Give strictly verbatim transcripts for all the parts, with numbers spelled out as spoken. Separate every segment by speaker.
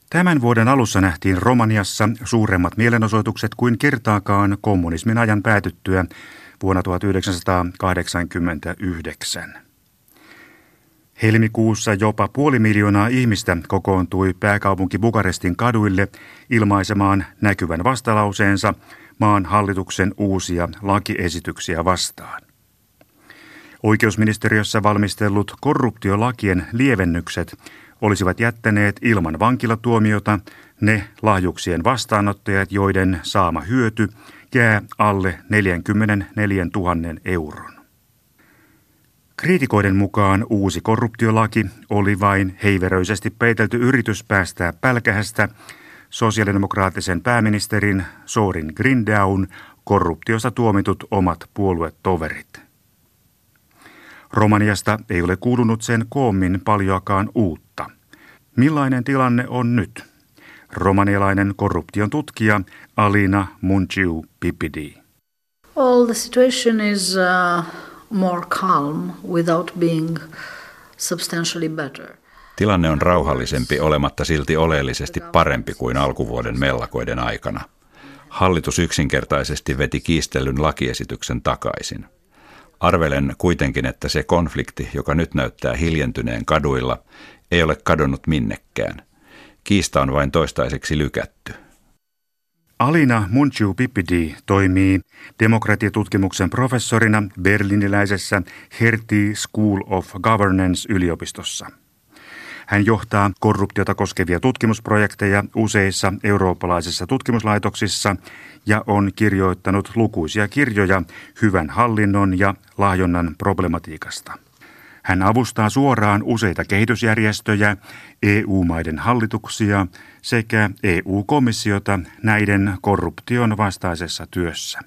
Speaker 1: Tämän vuoden alussa nähtiin Romaniassa suuremmat mielenosoitukset kuin kertaakaan kommunismin ajan päätyttyä vuonna tuhatyhdeksänsataakahdeksankymmentäyhdeksän. Helmikuussa jopa puoli miljoonaa ihmistä kokoontui pääkaupunki Bukarestin kaduille ilmaisemaan näkyvän vastalauseensa maan hallituksen uusia lakiesityksiä vastaan. Oikeusministeriössä valmistellut korruptiolakien lievennykset olisivat jättäneet ilman vankilatuomiota ne lahjuksien vastaanottajat, joiden saama hyöty jää alle neljäkymmentäneljätuhatta euron. Kriitikoiden mukaan uusi korruptiolaki oli vain heiveröisesti peitelty yritys päästää pälkähästä sosiaalidemokraattisen pääministerin Sorin Grindeaun korruptiosta tuomitut omat puoluetoverit. Romaniasta ei ole kuulunut sen koommin paljoakaan uutta. Millainen tilanne on nyt? Romanialainen korruption tutkija Alina Munciu-Pipidi.
Speaker 2: Well, the situation is uh, more calm without being substantially better.
Speaker 3: Tilanne on rauhallisempi olematta silti oleellisesti parempi kuin alkuvuoden mellakoiden aikana. Hallitus yksinkertaisesti veti kiistellyn lakiesityksen takaisin. Arvelen kuitenkin, että se konflikti, joka nyt näyttää hiljentyneen kaduilla, ei ole kadonnut minnekään. Kiista on vain toistaiseksi lykätty.
Speaker 1: Alina Munciu-Pipidi toimii demokratiatutkimuksen professorina berliiniläisessä Hertie School of Governance-yliopistossa. Hän johtaa korruptiota koskevia tutkimusprojekteja useissa eurooppalaisissa tutkimuslaitoksissa ja on kirjoittanut lukuisia kirjoja hyvän hallinnon ja lahjonnan problematiikasta. Hän avustaa suoraan useita kehitysjärjestöjä, E U-maiden hallituksia sekä E U-komissiota näiden korruption vastaisessa työssä.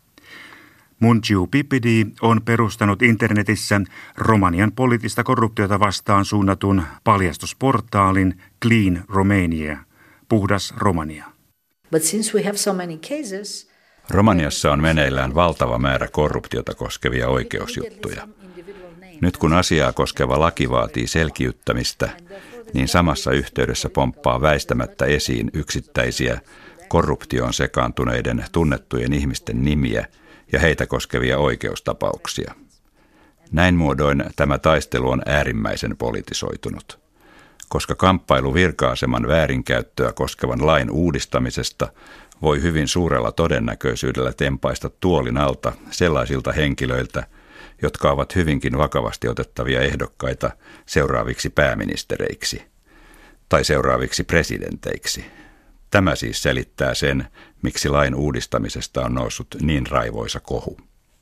Speaker 1: Munciu-Pipidi on perustanut internetissä Romanian poliittista korruptiota vastaan suunnatun paljastusportaalin Clean Romania, puhdas Romania.
Speaker 2: But since we have so many cases,
Speaker 3: Romaniassa on meneillään valtava määrä korruptiota koskevia oikeusjuttuja. Nyt kun asiaa koskeva laki vaatii selkiyttämistä, niin samassa yhteydessä pomppaa väistämättä esiin yksittäisiä korruptioon sekaantuneiden tunnettujen ihmisten nimiä ja heitä koskevia oikeustapauksia. Näin muodoin tämä taistelu on äärimmäisen politisoitunut. Koska kamppailu virka-aseman väärinkäyttöä koskevan lain uudistamisesta voi hyvin suurella todennäköisyydellä tempaista tuolin alta sellaisilta henkilöiltä, jotka ovat hyvinkin vakavasti otettavia ehdokkaita seuraaviksi pääministereiksi tai seuraaviksi presidenteiksi. Tämä siis selittää sen, miksi lain uudistamisesta on noussut niin raivoisa kohu.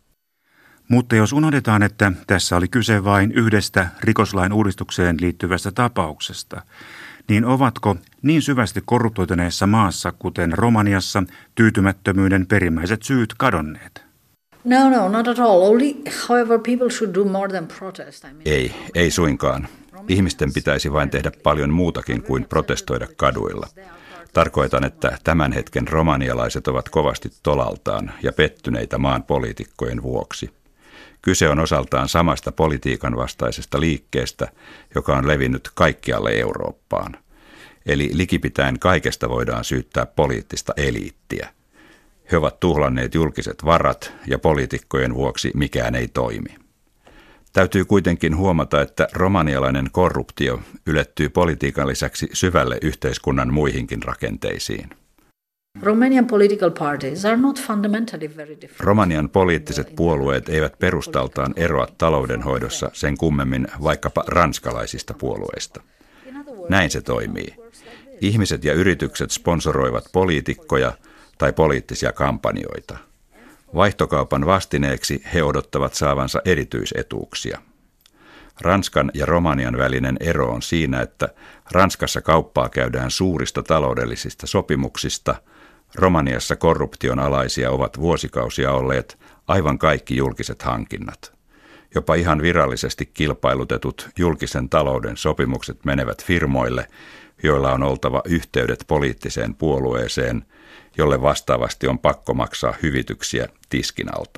Speaker 1: Mutta jos unohdetaan, että tässä oli kyse vain yhdestä rikoslain uudistukseen liittyvästä tapauksesta, niin ovatko niin syvästi korruptoituneessa maassa, kuten Romaniassa, tyytymättömyyden perimmäiset syyt kadonneet?
Speaker 2: No, no, not at all. Only, however, people should do more than protest. I mean,
Speaker 3: Ei, ei suinkaan. Ihmisten pitäisi vain tehdä paljon muutakin kuin protestoida kaduilla. Tarkoitan, että tämän hetken romanialaiset ovat kovasti tolaltaan ja pettyneitä maan poliitikkojen vuoksi. Kyse on osaltaan samasta politiikan vastaisesta liikkeestä, joka on levinnyt kaikkialle Eurooppaan. Eli likipitäen kaikesta voidaan syyttää poliittista eliittiä. He ovat tuhlanneet julkiset varat ja poliitikkojen vuoksi mikään ei toimi. Täytyy kuitenkin huomata, että romanialainen korruptio ylettyy politiikan lisäksi syvälle yhteiskunnan muihinkin rakenteisiin.
Speaker 2: Romanian political parties are not fundamentally very different.
Speaker 3: Romanian poliittiset puolueet eivät perustaltaan eroa taloudenhoidossa sen kummemmin vaikkapa ranskalaisista puolueista. Näin se toimii. Ihmiset ja yritykset sponsoroivat poliitikkoja tai poliittisia kampanjoita. Vaihtokaupan vastineeksi he odottavat saavansa erityisetuuksia. Ranskan ja Romanian välinen ero on siinä, että Ranskassa kauppaa käydään suurista taloudellisista sopimuksista, Romaniassa korruption alaisia ovat vuosikausia olleet aivan kaikki julkiset hankinnat. Jopa ihan virallisesti kilpailutetut julkisen talouden sopimukset menevät firmoille, joilla on oltava yhteydet poliittiseen puolueeseen, jolle vastaavasti on pakko maksaa hyvityksiä tiskin alta.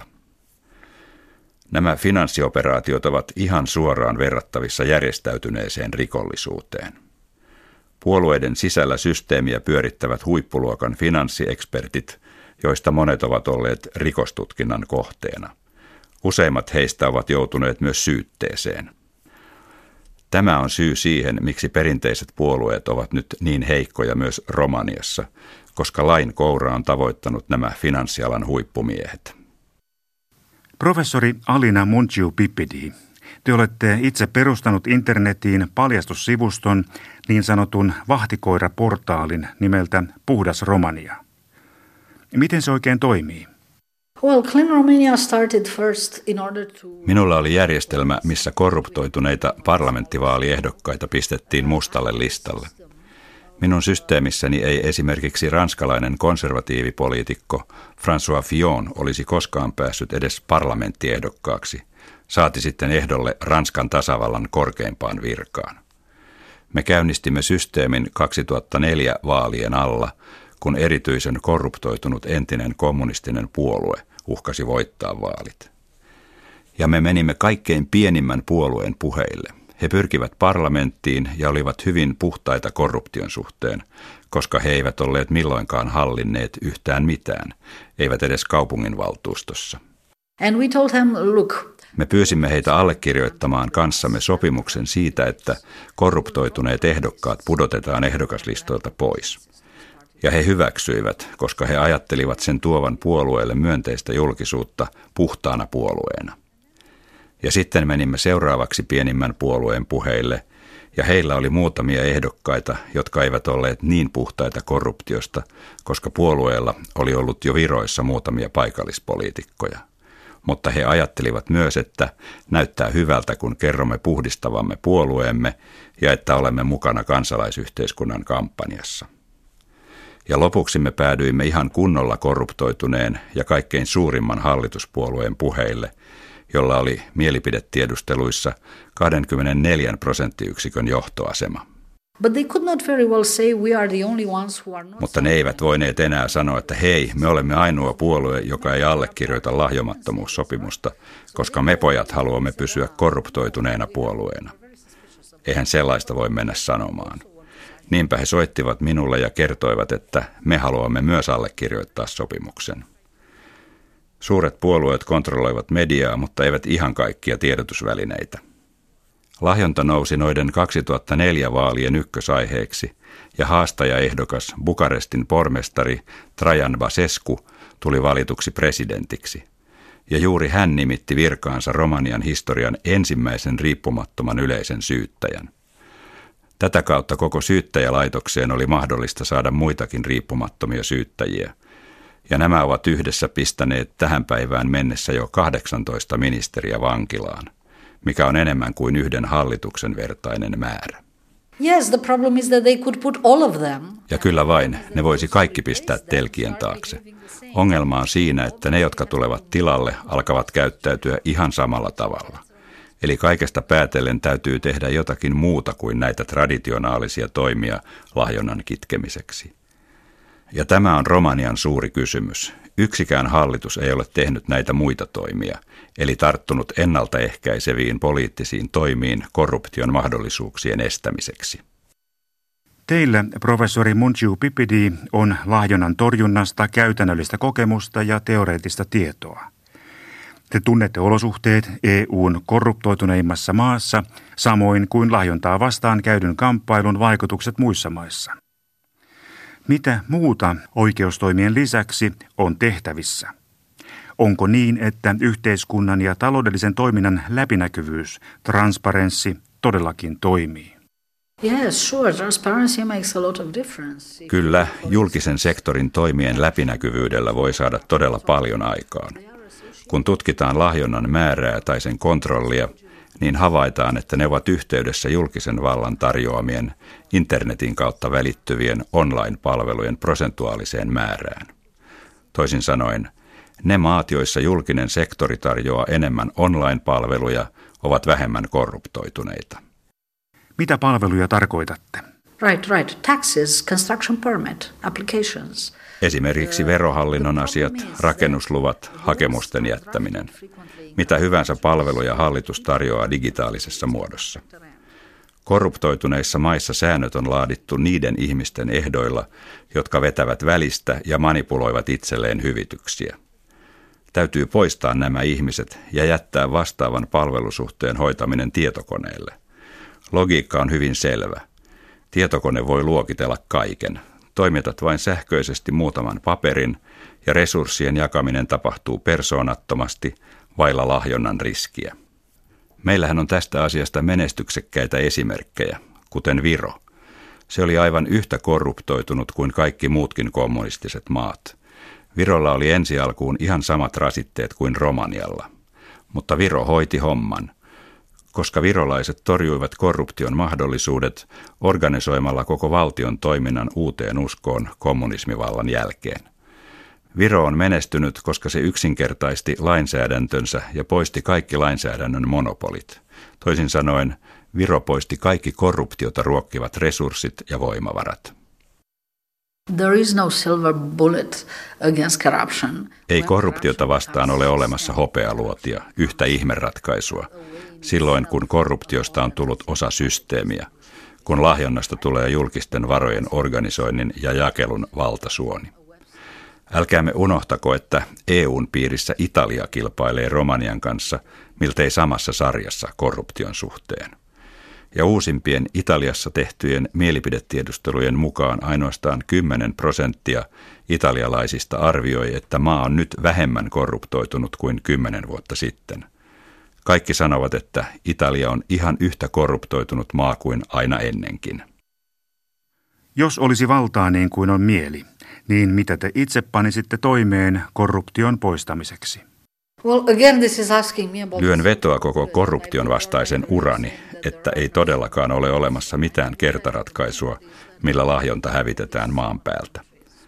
Speaker 3: Nämä finanssioperaatiot ovat ihan suoraan verrattavissa järjestäytyneeseen rikollisuuteen. Puolueiden sisällä systeemiä pyörittävät huippuluokan finanssiekspertit, joista monet ovat olleet rikostutkinnan kohteena. Useimmat heistä ovat joutuneet myös syytteeseen. Tämä on syy siihen, miksi perinteiset puolueet ovat nyt niin heikkoja myös Romaniassa, koska lain koura on tavoittanut nämä finanssialan huippumiehet.
Speaker 1: Professori Alina Mungiu-Pipidi, te olette itse perustanut internetiin paljastussivuston, niin sanotun vahtikoiraportaalin nimeltä Puhdas Romania. Miten se oikein toimii?
Speaker 2: Well, Clean Romania started first in order to...
Speaker 3: Minulla oli järjestelmä, missä korruptoituneita parlamenttivaaliehdokkaita pistettiin mustalle listalle. Minun systeemissäni ei esimerkiksi ranskalainen konservatiivipoliitikko François Fillon olisi koskaan päässyt edes parlamenttiehdokkaaksi, saati sitten ehdolle Ranskan tasavallan korkeimpaan virkaan. Me käynnistimme systeemin kaksituhattaneljä vaalien alla, kun erityisen korruptoitunut entinen kommunistinen puolue uhkasi voittaa vaalit. Ja me menimme kaikkein pienimmän puolueen puheille. He pyrkivät parlamenttiin ja olivat hyvin puhtaita korruption suhteen, koska he eivät olleet milloinkaan hallinneet yhtään mitään, eivät edes kaupunginvaltuustossa.
Speaker 2: And we told them, look.
Speaker 3: Me pyysimme heitä allekirjoittamaan kanssamme sopimuksen siitä, että korruptoituneet ehdokkaat pudotetaan ehdokaslistoilta pois. Ja he hyväksyivät, koska he ajattelivat sen tuovan puolueelle myönteistä julkisuutta puhtaana puolueena. Ja sitten menimme seuraavaksi pienimmän puolueen puheille, ja heillä oli muutamia ehdokkaita, jotka eivät olleet niin puhtaita korruptiosta, koska puolueella oli ollut jo viroissa muutamia paikallispoliitikkoja. Mutta he ajattelivat myös, että näyttää hyvältä, kun kerromme puhdistavamme puolueemme ja että olemme mukana kansalaisyhteiskunnan kampanjassa. Ja lopuksi me päädyimme ihan kunnolla korruptoituneen ja kaikkein suurimman hallituspuolueen puheille, jolla oli mielipidetiedusteluissa kaksikymmentäneljä prosenttiyksikön johtoasema.
Speaker 2: But they could not very well say we are the only ones who are not.
Speaker 3: Mutta ne eivät voineet enää sanoa, että hei, me olemme ainoa puolue, joka ei allekirjoita lahjomattomuussopimusta, koska me pojat haluamme pysyä korruptoituneena puolueena. Eihän sellaista voi mennä sanomaan. Niinpä he soittivat minulle ja kertoivat, että me haluamme myös allekirjoittaa sopimuksen. Suuret puolueet kontrolloivat mediaa, mutta eivät ihan kaikkia tiedotusvälineitä. Lahjonta nousi noiden kaksituhattaneljä vaalien ykkösaiheeksi ja haastajaehdokas Bukarestin pormestari Traian Basescu tuli valituksi presidentiksi. Ja juuri hän nimitti virkaansa Romanian historian ensimmäisen riippumattoman yleisen syyttäjän. Tätä kautta koko syyttäjälaitokseen oli mahdollista saada muitakin riippumattomia syyttäjiä. Ja nämä ovat yhdessä pistäneet tähän päivään mennessä jo kahdeksantoista ministeriä vankilaan, mikä on enemmän kuin yhden hallituksen vertainen määrä.
Speaker 2: Yes, the problem is that they could put all of them.
Speaker 3: Ja kyllä vain, ne voisi kaikki pistää telkien taakse. Ongelma on siinä, että ne, jotka tulevat tilalle, alkavat käyttäytyä ihan samalla tavalla. Eli kaikesta päätellen täytyy tehdä jotakin muuta kuin näitä traditionaalisia toimia lahjonnan kitkemiseksi. Ja tämä on Romanian suuri kysymys. Yksikään hallitus ei ole tehnyt näitä muita toimia, eli tarttunut ennaltaehkäiseviin poliittisiin toimiin korruption mahdollisuuksien estämiseksi.
Speaker 1: Teillä, professori Mungiu-Pipidi, on lahjonnan torjunnasta käytännöllistä kokemusta ja teoreettista tietoa. Te tunnette olosuhteet E U:n korruptoituneimmassa maassa, samoin kuin lahjontaa vastaan käydyn kamppailun vaikutukset muissa maissa. Mitä muuta oikeustoimien lisäksi on tehtävissä? Onko niin, että yhteiskunnan ja taloudellisen toiminnan läpinäkyvyys, transparenssi, todellakin toimii?
Speaker 2: Yes, sure. Transparency makes a lot of difference.
Speaker 3: Kyllä, julkisen sektorin toimien läpinäkyvyydellä voi saada todella paljon aikaan. Kun tutkitaan lahjonnan määrää tai sen kontrollia, niin havaitaan, että ne ovat yhteydessä julkisen vallan tarjoamien internetin kautta välittyvien online-palvelujen prosentuaaliseen määrään. Toisin sanoen, ne maat, joissa julkinen sektori tarjoaa enemmän online-palveluja, ovat vähemmän korruptoituneita.
Speaker 1: Mitä palveluja tarkoitatte?
Speaker 2: Right, right. Taxes, construction permit, applications.
Speaker 3: Esimerkiksi verohallinnon asiat, rakennusluvat, hakemusten jättäminen. Mitä hyvänsä palveluja hallitus tarjoaa digitaalisessa muodossa. Korruptoituneissa maissa säännöt on laadittu niiden ihmisten ehdoilla, jotka vetävät välistä ja manipuloivat itselleen hyvityksiä. Täytyy poistaa nämä ihmiset ja jättää vastaavan palvelusuhteen hoitaminen tietokoneelle. Logiikka on hyvin selvä. Tietokone voi luokitella kaiken. Toimitat vain sähköisesti muutaman paperin ja resurssien jakaminen tapahtuu persoonattomasti vailla lahjonnan riskiä. Meillähän on tästä asiasta menestyksekkäitä esimerkkejä, kuten Viro. Se oli aivan yhtä korruptoitunut kuin kaikki muutkin kommunistiset maat. Virolla oli ensi alkuun ihan samat rasitteet kuin Romanialla, mutta Viro hoiti homman, koska virolaiset torjuivat korruption mahdollisuudet organisoimalla koko valtion toiminnan uuteen uskoon kommunismivallan jälkeen. Viro on menestynyt, koska se yksinkertaisti lainsäädäntönsä ja poisti kaikki lainsäädännön monopolit. Toisin sanoen, Viro poisti kaikki korruptiota ruokkivat resurssit ja voimavarat.
Speaker 2: There is no silver bullet against corruption.
Speaker 3: Ei korruptiota vastaan ole olemassa hopealuotia, yhtä ihmeratkaisua. Silloin, kun korruptiosta on tullut osa systeemiä, kun lahjonnasta tulee julkisten varojen organisoinnin ja jakelun valtasuoni. Älkäämme unohtako, että E U:n piirissä Italia kilpailee Romanian kanssa miltei samassa sarjassa korruption suhteen. Ja uusimpien Italiassa tehtyjen mielipidetiedustelujen mukaan ainoastaan kymmenen prosenttia italialaisista arvioi, että maa on nyt vähemmän korruptoitunut kuin kymmenen vuotta sitten. Kaikki sanovat, että Italia on ihan yhtä korruptoitunut maa kuin aina ennenkin.
Speaker 1: Jos olisi valtaa niin kuin on mieli, niin mitä te itse panisitte toimeen korruption poistamiseksi?
Speaker 2: Well, again, this is asking me about...
Speaker 3: Lyön vetoa koko korruption vastaisen urani, että ei todellakaan ole olemassa mitään kertaratkaisua, millä lahjonta hävitetään maan päältä.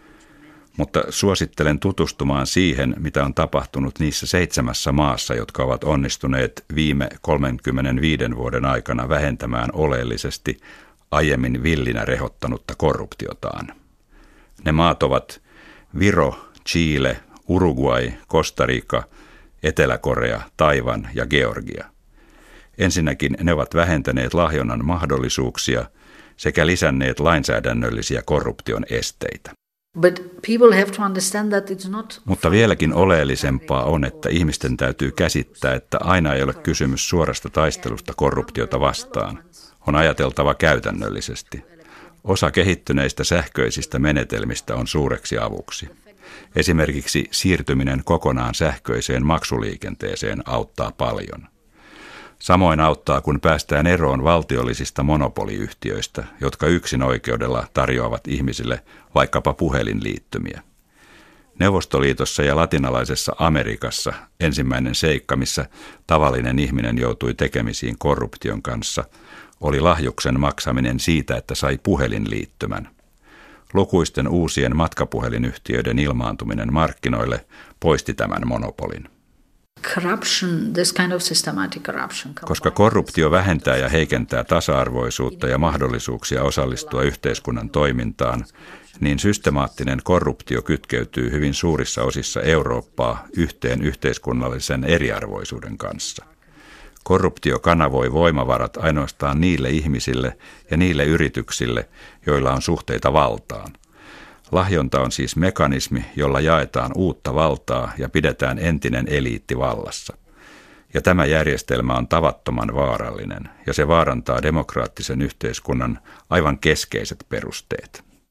Speaker 3: Mutta suosittelen tutustumaan siihen, mitä on tapahtunut niissä seitsemässä maassa, jotka ovat onnistuneet viime kolmenkymmenenviiden vuoden aikana vähentämään oleellisesti aiemmin villinä rehottanutta korruptiotaan. Ne maat ovat Viro, Chile, Uruguay, Costa Rica, Etelä-Korea, Taiwan ja Georgia. Ensinnäkin ne ovat vähentäneet lahjonnan mahdollisuuksia sekä lisänneet lainsäädännöllisiä korruption esteitä.
Speaker 2: But people have to understand that it's not...
Speaker 3: Mutta vieläkin oleellisempaa on, että ihmisten täytyy käsittää, että aina ei ole kysymys suorasta taistelusta korruptiota vastaan. On ajateltava käytännöllisesti. Osa kehittyneistä sähköisistä menetelmistä on suureksi avuksi. Esimerkiksi siirtyminen kokonaan sähköiseen maksuliikenteeseen auttaa paljon. Samoin auttaa, kun päästään eroon valtiollisista monopoliyhtiöistä, jotka yksin oikeudella tarjoavat ihmisille vaikkapa puhelinliittymiä. Neuvostoliitossa ja latinalaisessa Amerikassa ensimmäinen seikka, missä tavallinen ihminen joutui tekemisiin korruption kanssa, oli lahjuksen maksaminen siitä, että sai puhelinliittymän. Lukuisten uusien matkapuhelinyhtiöiden ilmaantuminen markkinoille poisti tämän monopolin.
Speaker 2: Corruption, this kind of systematic corruption.
Speaker 3: Koska korruptio vähentää ja heikentää tasa-arvoisuutta ja mahdollisuuksia osallistua yhteiskunnan toimintaan, niin systemaattinen korruptio kytkeytyy hyvin suurissa osissa Eurooppaa yhteen yhteiskunnallisen eriarvoisuuden kanssa. Korruptio kanavoi voimavarat ainoastaan niille ihmisille ja niille yrityksille, joilla on suhteita valtaan. Lahjonta on siis mekanismi, jolla jaetaan uutta valtaa ja pidetään entinen eliitti vallassa. Ja tämä järjestelmä on tavattoman vaarallinen, ja se vaarantaa demokraattisen yhteiskunnan aivan keskeiset perusteet.